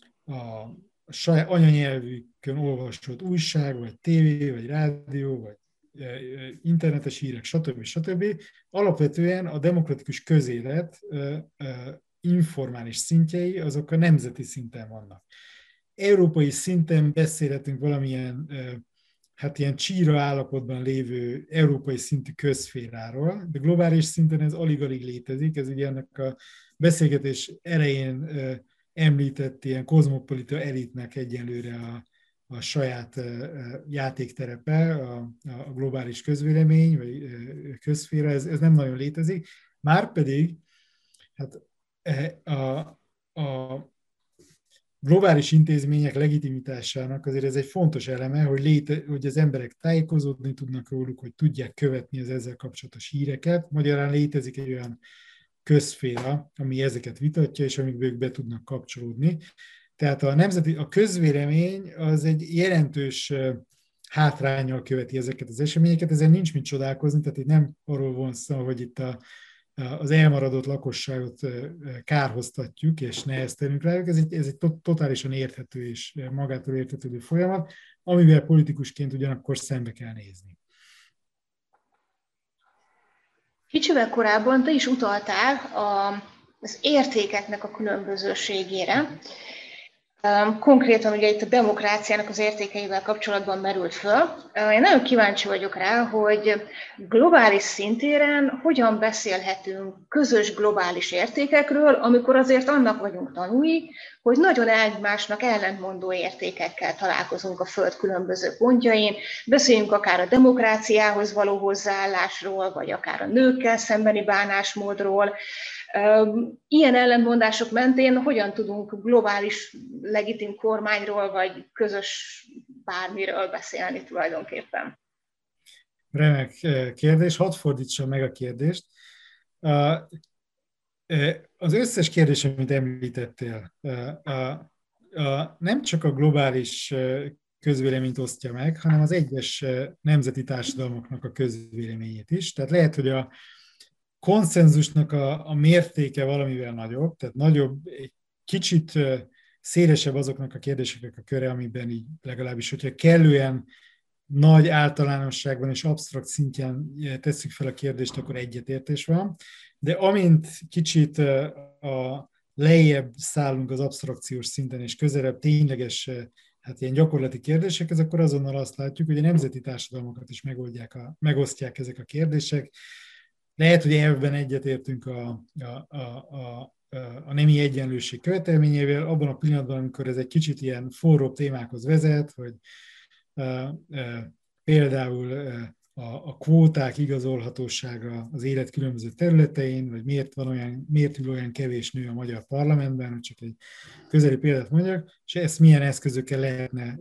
a a saját anyanyelvükön olvasott újság, vagy tévé, vagy rádió, vagy internetes hírek, stb. stb. Alapvetően a demokratikus közélet informális szintjei, azok a nemzeti szinten vannak. Európai szinten beszélhetünk valamilyen hát ilyen csíra állapotban lévő európai szintű közszféráról, de globális szinten ez alig-alig létezik, ez ugye ennek a beszélgetés elején említett ilyen kozmopolita elitnek egyenlőre a, a saját játékterepe, a, a globális közvélemény, vagy közszféra, ez, ez nem nagyon létezik. Márpedig hát a, a globális intézmények legitimitásának azért ez egy fontos eleme, hogy, léte, hogy az emberek tájékozódni tudnak róluk, hogy tudják követni az ezzel kapcsolatos híreket. Magyarán létezik egy olyan közszféra, ami ezeket vitatja, és amikből ők be tudnak kapcsolódni. Tehát a nemzeti, a közvélemény az egy jelentős hátránnyal követi ezeket az eseményeket, ezen nincs mit csodálkozni, tehát itt nem arról van szó, hogy itt a, az elmaradott lakosságot kárhoztatjuk, és neheztelünk rájuk, ez egy, ez egy totálisan érthető és magától értetődő folyamat, amivel politikusként ugyanakkor szembe kell nézni. Kicsivel korábban te is utaltál az értékeknek a különbözőségére. Konkrétan ugye itt a demokráciának az értékeivel kapcsolatban merült föl. Én nagyon kíváncsi vagyok rá, hogy globális szintéren hogyan beszélhetünk közös globális értékekről, amikor azért annak vagyunk tanúi, hogy nagyon egymásnak ellentmondó értékekkel találkozunk a Föld különböző pontjain. Beszéljünk akár a demokráciához való hozzáállásról, vagy akár a nőkkel szembeni bánásmódról. Ilyen ellentmondások mentén hogyan tudunk globális legitim kormányról, vagy közös bármiről beszélni tulajdonképpen? Remek kérdés, hadd fordítsam meg a kérdést. Az összes kérdés, amit említettél, nem csak a globális közvéleményt osztja meg, hanem az egyes nemzeti társadalmaknak a közvéleményét is. Tehát lehet, hogy a konszenzusnak a, a mértéke valamivel nagyobb, tehát nagyobb, egy kicsit szélesebb azoknak a kérdéseknek a köre, amiben így legalábbis, hogyha kellően nagy általánosságban és absztrakt szintjén tesszük fel a kérdést, akkor egyetértés van. De amint kicsit a lejjebb szállunk az absztrakciós szinten, és közelebb tényleges, hát ilyen gyakorlati kérdésekhez, akkor azonnal azt látjuk, hogy a nemzeti társadalmakat is megoldják a, megosztják ezek a kérdések. Lehet, hogy elvben egyetértünk a, a, a, a, a nemi egyenlőség követelményével, abban a pillanatban, amikor ez egy kicsit ilyen forróbb témákhoz vezet, hogy uh, uh, például uh, a, a kvóták igazolhatósága az élet különböző területein, vagy miért van olyan, miért ül olyan kevés nő a magyar parlamentben, hogy csak egy közeli példát mondjak, és ezt milyen eszközökkel lehetne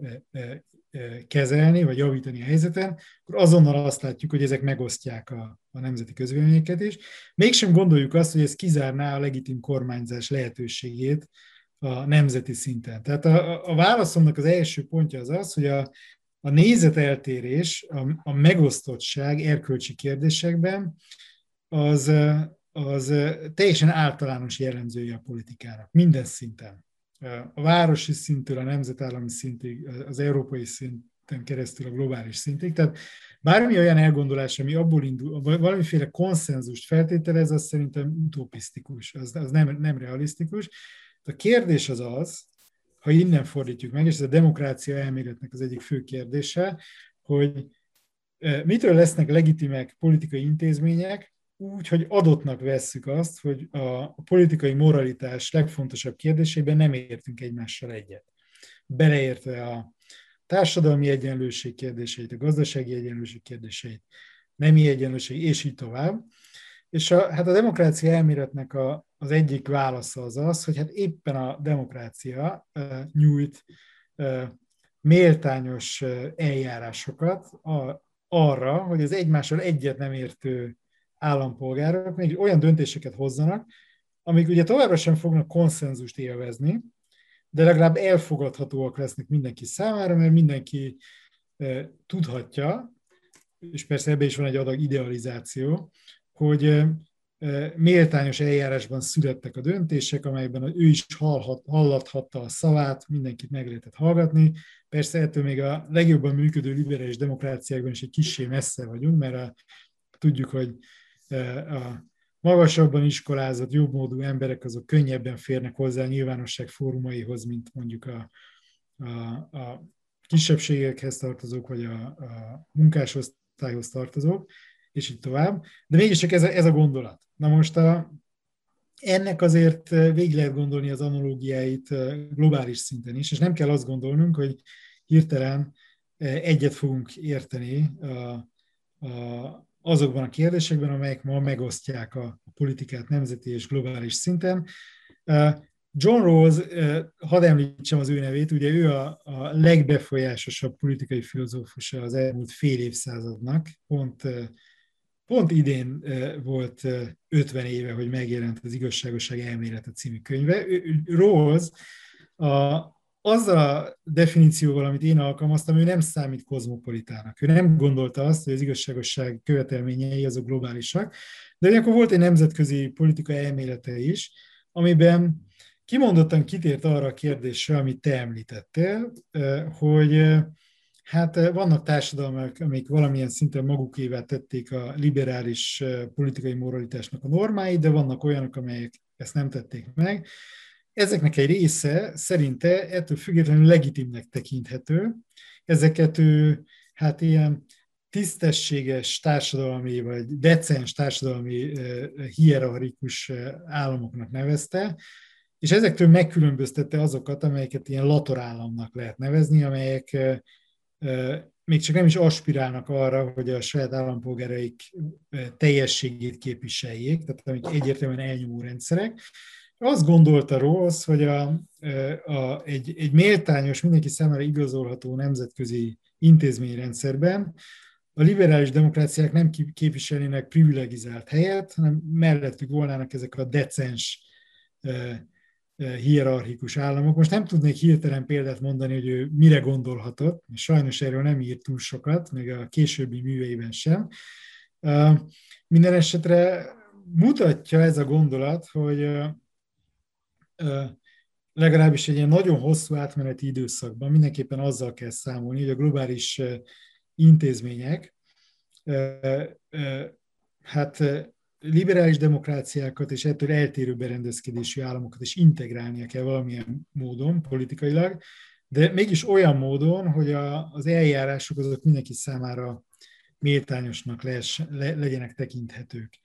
kezelni, vagy javítani a helyzeten, akkor azonnal azt látjuk, hogy ezek megosztják a, a nemzeti közvéleményeket is. Mégsem gondoljuk azt, hogy ez kizárná a legitim kormányzás lehetőségét a nemzeti szinten. Tehát a, a válaszomnak az első pontja az az, hogy a A nézeteltérés, a, a megosztottság erkölcsi kérdésekben az, az teljesen általános jellemzője a politikának, minden szinten. A városi szintől a nemzetállami szintig, az európai szinten keresztül a globális szintig. Tehát bármi olyan elgondolás, ami abból indul, valamiféle konszenzust feltételez, az szerintem utopisztikus, az, az nem, nem realisztikus. A kérdés az az, ha innen fordítjuk meg, és ez a demokrácia elméletnek az egyik fő kérdése, hogy mitől lesznek legitimek politikai intézmények, úgy, hogy adottnak vesszük azt, hogy a politikai moralitás legfontosabb kérdésében nem értünk egymással egyet. Beleértve a társadalmi egyenlőség kérdéseit, a gazdasági egyenlőség kérdéseit, nemi egyenlőség, és így tovább. És a, hát a demokrácia elméletnek a, az egyik válasza az az, hogy hát éppen a demokrácia uh, nyújt uh, méltányos uh, eljárásokat a, arra, hogy az egymással egyet nem értő állampolgárok még olyan döntéseket hozzanak, amik ugye továbbra sem fognak konszenzust élvezni, de legalább elfogadhatóak lesznek mindenki számára, mert mindenki uh, tudhatja, és persze ebben is van egy adag idealizáció, hogy méltányos eljárásban születtek a döntések, amelyben ő is hallhat, hallathatta a szavát, mindenkit meg lehetett hallgatni. Persze ettől még a legjobban működő liberális demokráciákban is egy kissé messze vagyunk, mert a, tudjuk, hogy a magasabban iskolázott, jobbmódú emberek azok könnyebben férnek hozzá a nyilvánosság fórumaihoz, mint mondjuk a, a, a kisebbségekhez tartozók, vagy a, a munkásosztályhoz tartozók, és így tovább. De mégiscsak ez a, ez a gondolat. Na most a, ennek azért végig lehet gondolni az analógiáit globális szinten is, és nem kell azt gondolnunk, hogy hirtelen egyet fogunk érteni a, a, azokban a kérdésekben, amelyek ma megosztják a, a politikát nemzeti és globális szinten. John Rawls, hadd említsem az ő nevét, ugye ő a, a legbefolyásosabb politikai filozófusa az elmúlt fél évszázadnak, pont Pont idén volt ötven éve, hogy megjelent az Igazságosság elmélete című könyve. Rawls a, azzal a definícióval, amit én alkalmaztam, ő nem számít kozmopolitának. Ő nem gondolta azt, hogy az igazságosság követelményei azok globálisak, de ugyanakkor volt egy nemzetközi politika elmélete is, amiben kimondottan kitért arra a kérdésre, amit te említettél, hogy hát vannak társadalmak, amik valamilyen szinten magukévá tették a liberális politikai moralitásnak a normáit, de vannak olyanok, amelyek ezt nem tették meg. Ezeknek egy része szerinte ettől függetlenül legitimnek tekinthető. Ezeket ő hát ilyen tisztességes társadalmi, vagy decens társadalmi hierarchikus államoknak nevezte, és ezektől megkülönböztette azokat, amelyeket ilyen latorállamnak lehet nevezni, amelyek még csak nem is aspirálnak arra, hogy a saját állampolgáraik teljességét képviseljék, tehát amik egyértelműen elnyomó rendszerek. Azt gondolta Rawls, hogy a, a, egy, egy méltányos, mindenki számára igazolható nemzetközi intézményrendszerben a liberális demokráciák nem képviselnének privilegizált helyet, hanem mellettük volnának ezek a decens hierarchikus államok. Most nem tudnék hirtelen példát mondani, hogy ő mire gondolhatott, és sajnos erről nem írt túl sokat, még a későbbi műveiben sem. Minden esetre mutatja ez a gondolat, hogy legalábbis egy ilyen nagyon hosszú átmeneti időszakban mindenképpen azzal kell számolni, hogy a globális intézmények hát liberális demokráciákat és ettől eltérő berendezkedésű államokat is integrálnia kell valamilyen módon politikailag, de mégis olyan módon, hogy a, az eljárások azok mindenki számára méltányosnak lesz, le, legyenek tekinthetők.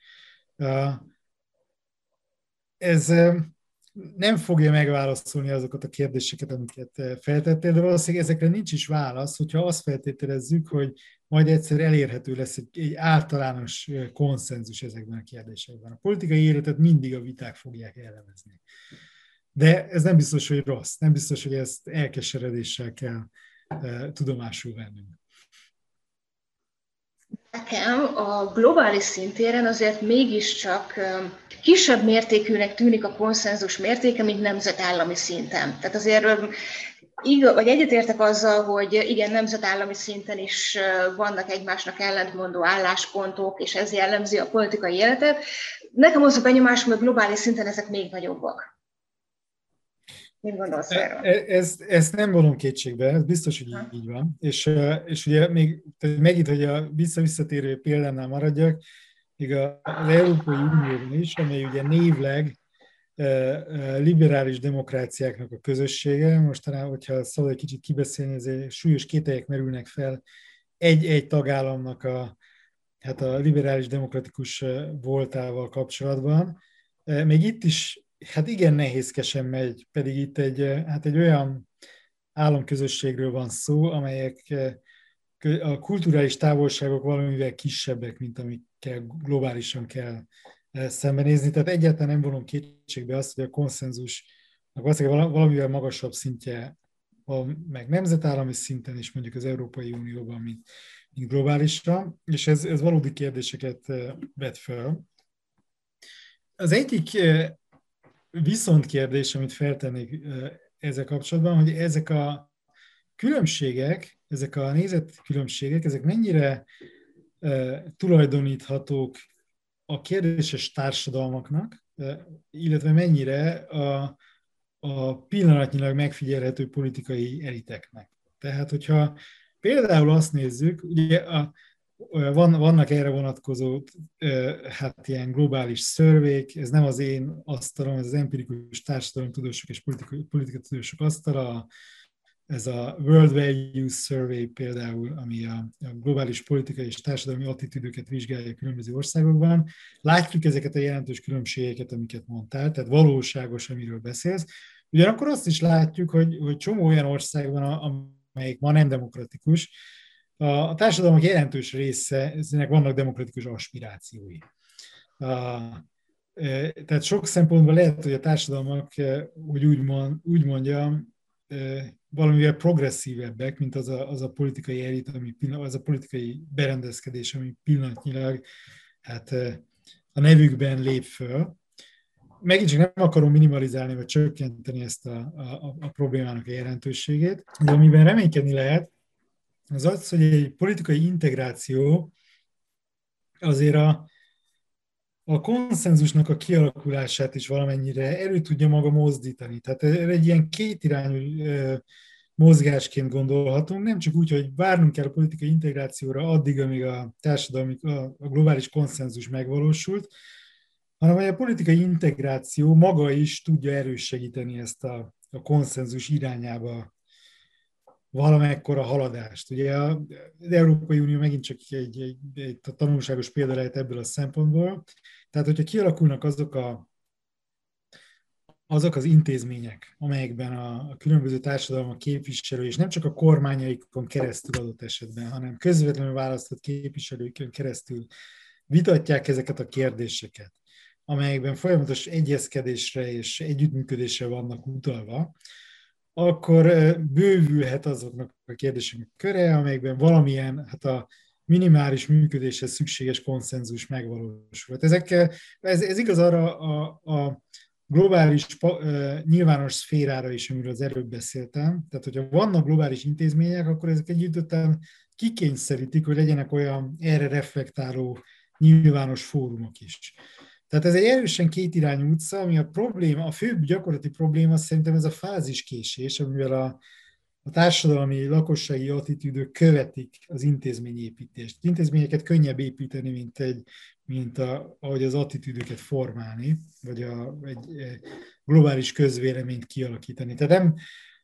Ez nem fogja megválaszolni azokat a kérdéseket, amiket feltettél, de valószínűleg ezekre nincs is válasz, hogyha azt feltételezzük, hogy majd egyszer elérhető lesz egy, egy általános konszenzus ezekben a kérdésekben. A politikai életet mindig a viták fogják jellemezni. De ez nem biztos, hogy rossz, nem biztos, hogy ezt elkeseredéssel kell e, tudomásul vennünk. Nekem a globális szintéren azért mégiscsak kisebb mértékűnek tűnik a konszenzus mértéke, mint nemzetállami szinten. Tehát azért igaz, vagy egyetértek azzal, hogy igen, nemzetállami szinten is vannak egymásnak ellentmondó álláspontok, és ez jellemzi a politikai életet. Nekem az a benyomásom, hogy globális szinten ezek még nagyobbak. Mit gondolsz erről? Ezt, ezt nem vonom kétségbe, ez biztos, hogy így, így van. És, és ugye még megint, hogy a vissza-visszatérő példánál maradjak, még az Európai Unióban is, amely ugye névleg liberális demokráciáknak a közössége, mostanában, hogyha szabad egy kicsit kibeszélni, ezért súlyos kételyek merülnek fel egy-egy tagállamnak a, hát a liberális demokratikus voltával kapcsolatban. Még itt is hát igen nehézkesen megy, pedig itt egy, hát egy olyan államközösségről van szó, amelyek a kulturális távolságok valamivel kisebbek, mint amikkel globálisan kell szembenézni. Tehát egyáltalán nem vonom kétségbe azt, hogy a konszenzusnak valamivel magasabb szintje van, meg nemzetállami szinten is, mondjuk az Európai Unióban, mint, mint globálisan, és ez, ez valódi kérdéseket vet fel. Az egyik viszont kérdés, amit feltennék ezzel kapcsolatban, hogy ezek a különbségek, ezek a nézetkülönbségek, ezek mennyire tulajdoníthatók a kérdéses társadalmaknak, illetve mennyire a, a pillanatnyilag megfigyelhető politikai eliteknek. Tehát, hogyha például azt nézzük, ugye a, van, vannak erre vonatkozó hát ilyen globális szörvék, ez nem az én asztalom, ez az empirikus társadalomtudósok és politikatudósok asztala, ez a World Values Survey például, ami a, a globális politikai és társadalmi attitűdöket vizsgálja különböző országokban. Látjuk ezeket a jelentős különbségeket, amiket mondtál, tehát valóságos, amiről beszélsz. Ugyanakkor azt is látjuk, hogy, hogy csomó olyan országban, amelyik ma nem demokratikus, a társadalmak jelentős részének vannak demokratikus aspirációi. Tehát sok szempontból lehet, hogy a társadalmak, hogy úgy, mond, úgy mondjam, valamivel progresszívebbek, mint az a, az a politikai elit, ami, az a politikai berendezkedés, ami pillanatnyilag hát, a nevükben lép föl. Megint csak nem akarom minimalizálni, vagy csökkenteni ezt a, a, a problémának a jelentőségét, de amiben reménykedni lehet, az az, hogy egy politikai integráció azért a, a konszenzusnak a kialakulását is valamennyire elő tudja maga mozdítani. Tehát egy ilyen kétirányú mozgásként gondolhatunk, nem csak úgy, hogy várnunk kell a politikai integrációra addig, amíg a társadalmi, a globális konszenzus megvalósult, hanem hogy a politikai integráció maga is tudja erősegíteni ezt a, a konszenzus irányába valamekkora haladást. Ugye az Európai Unió megint csak egy, egy, egy tanulságos példa lehet ebből a szempontból. Tehát, hogyha kialakulnak azok, a, azok az intézmények, amelyekben a, a különböző társadalmak képviselői, és nem csak a kormányaikon keresztül adott esetben, hanem közvetlenül választott képviselőikön keresztül vitatják ezeket a kérdéseket, amelyekben folyamatos egyezkedésre és együttműködésre vannak utalva, akkor bővülhet azoknak a kérdéseknek köre, amelyekben valamilyen, hát a minimális működéshez szükséges konszenzus megvalósulhat. Ezek, ez, ez igaz arra a, a globális nyilvános szférára is, amiről az előbb beszéltem. Tehát, hogyha vannak globális intézmények, akkor ezek együtt után kikényszerítik, hogy legyenek olyan erre reflektáló nyilvános fórumok is. Tehát ez egy erősen kétirányú utca, ami a probléma, a főbb gyakorlati probléma szerintem ez a fáziskésés, amivel a, a társadalmi, lakossági attitűdök követik az intézményépítést. Az intézményeket könnyebb építeni, mint, egy, mint a, ahogy az attitűdöket formálni, vagy a, egy globális közvéleményt kialakítani. Tehát nem,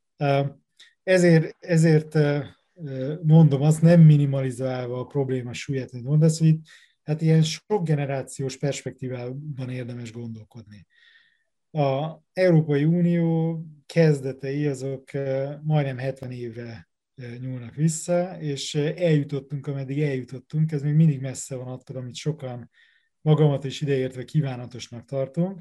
ezért, ezért mondom azt, nem minimalizálva a probléma súlyát, mint mondasz, hogy itt hát ilyen sok generációs perspektívában érdemes gondolkodni. Az Európai Unió kezdetei azok majdnem hetven évre nyúlnak vissza, és eljutottunk, ameddig eljutottunk, ez még mindig messze van attól, amit sokan, magamat is ideértve kívánatosnak tartunk.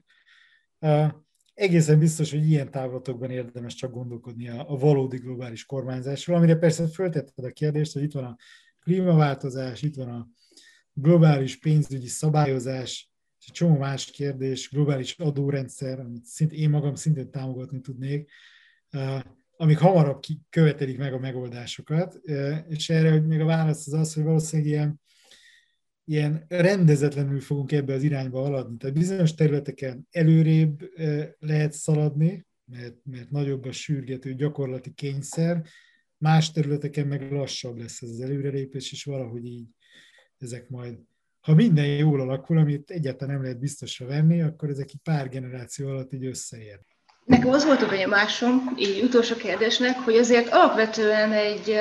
Egészen biztos, hogy ilyen távlatokban érdemes csak gondolkodni a, a valódi globális kormányzásról, amire persze föltetted a kérdést, hogy itt van a klímaváltozás, itt van a globális pénzügyi szabályozás, és egy csomó más kérdés, globális adórendszer, amit szint, én magam szintén támogatni tudnék, amik hamarabb követelik meg a megoldásokat, és erre hogy még a válasz az az, hogy valószínűleg ilyen, ilyen rendezetlenül fogunk ebbe az irányba haladni. Tehát bizonyos területeken előrébb lehet szaladni, mert, mert nagyobb a sürgető gyakorlati kényszer, más területeken meg lassabb lesz ez az előrelépés, és valahogy így ezek majd, ha minden jól alakul, amit egyáltalán nem lehet biztosra venni, akkor ezek egy pár generáció alatt így összeér. Nekem az volt a benyomásom, így utolsó kérdésnek, hogy azért alapvetően egy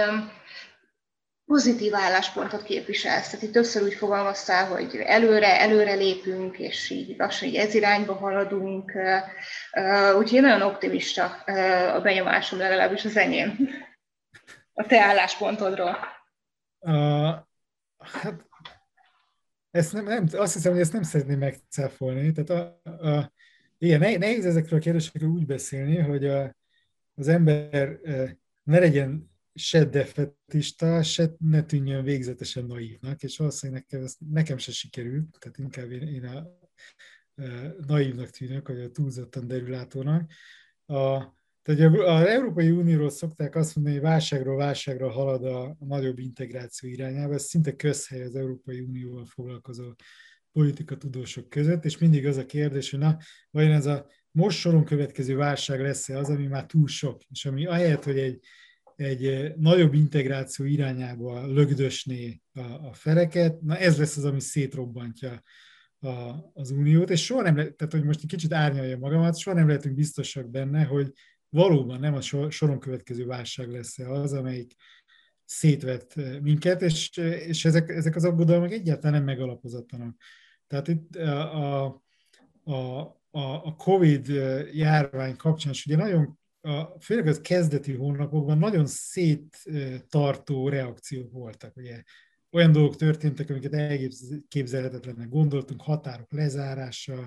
pozitív álláspontot képviselsz. Tehát itt többször úgy fogalmaztál, hogy előre, előre lépünk, és így lassan így ez irányba haladunk. Úgyhogy nagyon optimista a benyomásom, legalábbis az enyém. A te álláspontodról. Uh, hát, ezt nem, nem, azt hiszem, hogy ezt nem szeretném megcáfolni. Tehát a, a, igen, nehéz ezekről a kérdésekről úgy beszélni, hogy a, az ember ne legyen se defetista, se ne tűnjön végzetesen naívnak, és valószínűleg nekem, nekem se sikerült, tehát inkább én, én a, a naívnak tűnök, vagy a túlzottan derülátónak. A, tehát az Európai Unióról szokták azt mondani, hogy válságról válságra halad a, a nagyobb integráció irányába, ez szinte közhely az Európai Unióval foglalkozó politikatudósok között, és mindig az a kérdés, hogy na, vajon ez a most soron következő válság lesz-e az, ami már túl sok, és ami ahelyett, hogy egy egy nagyobb integráció irányába lögdösné a, a feleket, na ez lesz az, ami szétrobbantja a, az uniót, és soha nem lehet, tehát hogy most egy kicsit árnyalja magamat, soha nem lehetünk biztosak benne, hogy valóban nem a soron következő válság lesz az, amelyik szétvett minket, és, és ezek, ezek az aggodalmak egyáltalán nem megalapozatlanak. Tehát itt a, a, a, a Covid járvány kapcsán is ugye nagyon A, főleg az kezdeti hónapokban nagyon széttartó reakciók voltak. Ugye, olyan dolgok történtek, amiket elképzelhetetlennek gondoltunk, határok lezárása,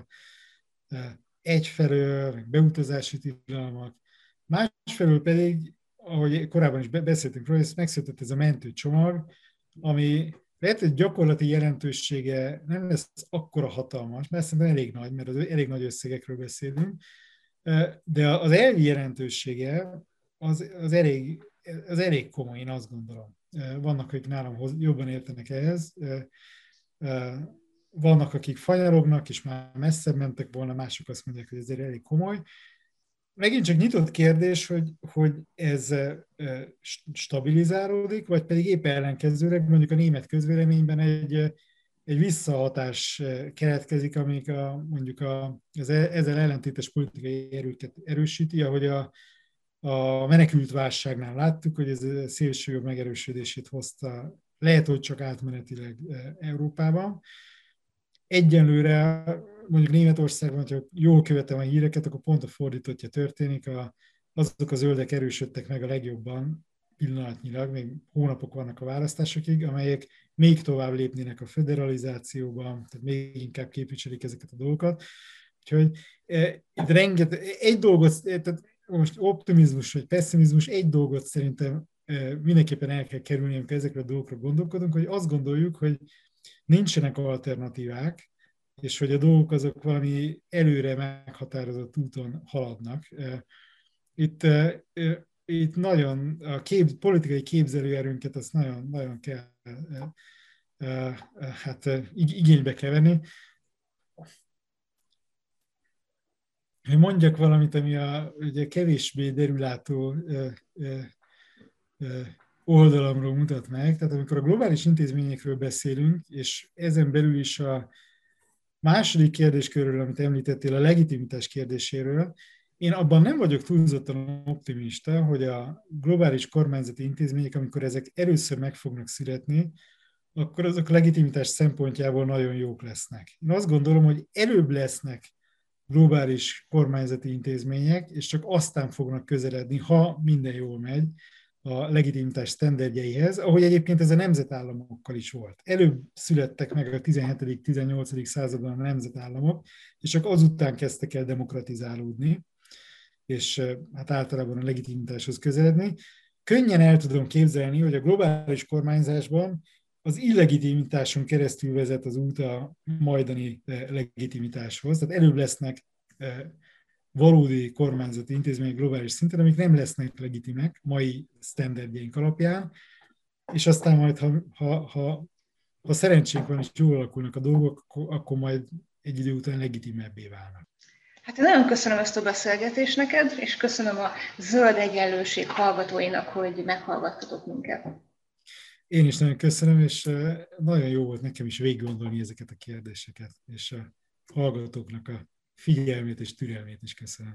egyfelől, beutazási tilalmak, másfelől pedig, ahogy korábban is beszéltünk róla, megszületett ez a mentőcsomag, ami lehet, hogy gyakorlati jelentősége nem lesz akkora hatalmas, mert szerintem elég nagy, mert az elég nagy összegekről beszélünk, de az elvi jelentősége az, az, elég, az elég komoly, én azt gondolom. Vannak, akik nálam jobban értenek ehhez, vannak, akik fanyarognak, és már messzebb mentek volna, mások azt mondják, hogy ez elég komoly. Megint csak nyitott kérdés, hogy, hogy ez stabilizálódik, vagy pedig épp ellenkezőleg, mondjuk a német közvéleményben egy, egy visszahatás keletkezik, amik a, mondjuk a, az ezzel ellentétes politikai erőket erősíti, ahogy a, a menekült válságnál láttuk, hogy ez a szélsőjobb megerősödését hozta, lehet, hogy csak átmenetileg Európában. Egyenlőre mondjuk Németországban, hogyha jól követem a híreket, akkor pont a fordítottja történik, a, azok a zöldek erősödtek meg a legjobban pillanatnyilag, még hónapok vannak a választásokig, amelyek még tovább lépnének a federalizációban, tehát még inkább képviselik ezeket a dolgokat. Úgyhogy e, rengeteg, egy dolgot, tehát most optimizmus vagy pessimizmus, egy dolgot szerintem e, mindenképpen el kell kerülni, amikor ezekre a dolgokra gondolkodunk, hogy azt gondoljuk, hogy nincsenek alternatívák, és hogy a dolgok azok valami előre meghatározott úton haladnak. Itt, itt nagyon a kép, politikai képzelőerőnket azt nagyon, nagyon kell hát, igénybe kell venni. Hogy mondjak valamit, ami a ugye kevésbé derülátó oldalamról mutat meg. Tehát amikor a globális intézményekről beszélünk, és ezen belül is a második kérdéskörről, amit említettél, a legitimitás kérdéséről, én abban nem vagyok túlzottan optimista, hogy a globális kormányzati intézmények, amikor ezek először meg fognak születni, akkor azok legitimitás szempontjából nagyon jók lesznek. Én azt gondolom, hogy előbb lesznek globális kormányzati intézmények, és csak aztán fognak közeledni, ha minden jól megy, a legitimitás sztenderdjeihez, ahogy egyébként ez a nemzetállamokkal is volt. Előbb születtek meg a tizenhetedik-tizennyolcadik században a nemzetállamok, és csak azután kezdtek el demokratizálódni, és hát általában a legitimitáshoz közeledni. Könnyen el tudom képzelni, hogy a globális kormányzásban az illegitimitáson keresztül vezet az út a majdani legitimitáshoz. Tehát előbb lesznek valódi kormányzati intézmények globális szinten, amik nem lesznek legitimek mai sztenderdjeink alapján, és aztán majd, ha, ha, ha, ha szerencsénk van és jól alakulnak a dolgok, akkor, akkor majd egy idő után legitimebbé válnak. Hát én nagyon köszönöm ezt a beszélgetést neked, és köszönöm a Zöld Egyenlőség hallgatóinak, hogy meghallgattatok minket. Én is nagyon köszönöm, és nagyon jó volt nekem is végiggondolni ezeket a kérdéseket, és a hallgatóknak a figyelmét és türelmét is köszönöm.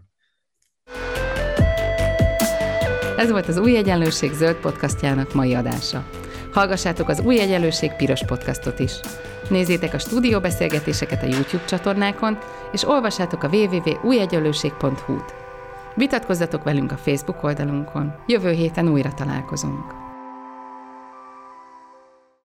Ez volt az Új Egyenlőség zöld podcastjának mai adása. Hallgassátok az Új Egyenlőség piros podcastot is. Nézzétek a stúdióbeszélgetéseket a YouTube csatornákon, és olvassátok a double-u double-u double-u pont új egyenlőség pont hu-t. Vitatkozzatok velünk a Facebook oldalunkon. Jövő héten újra találkozunk.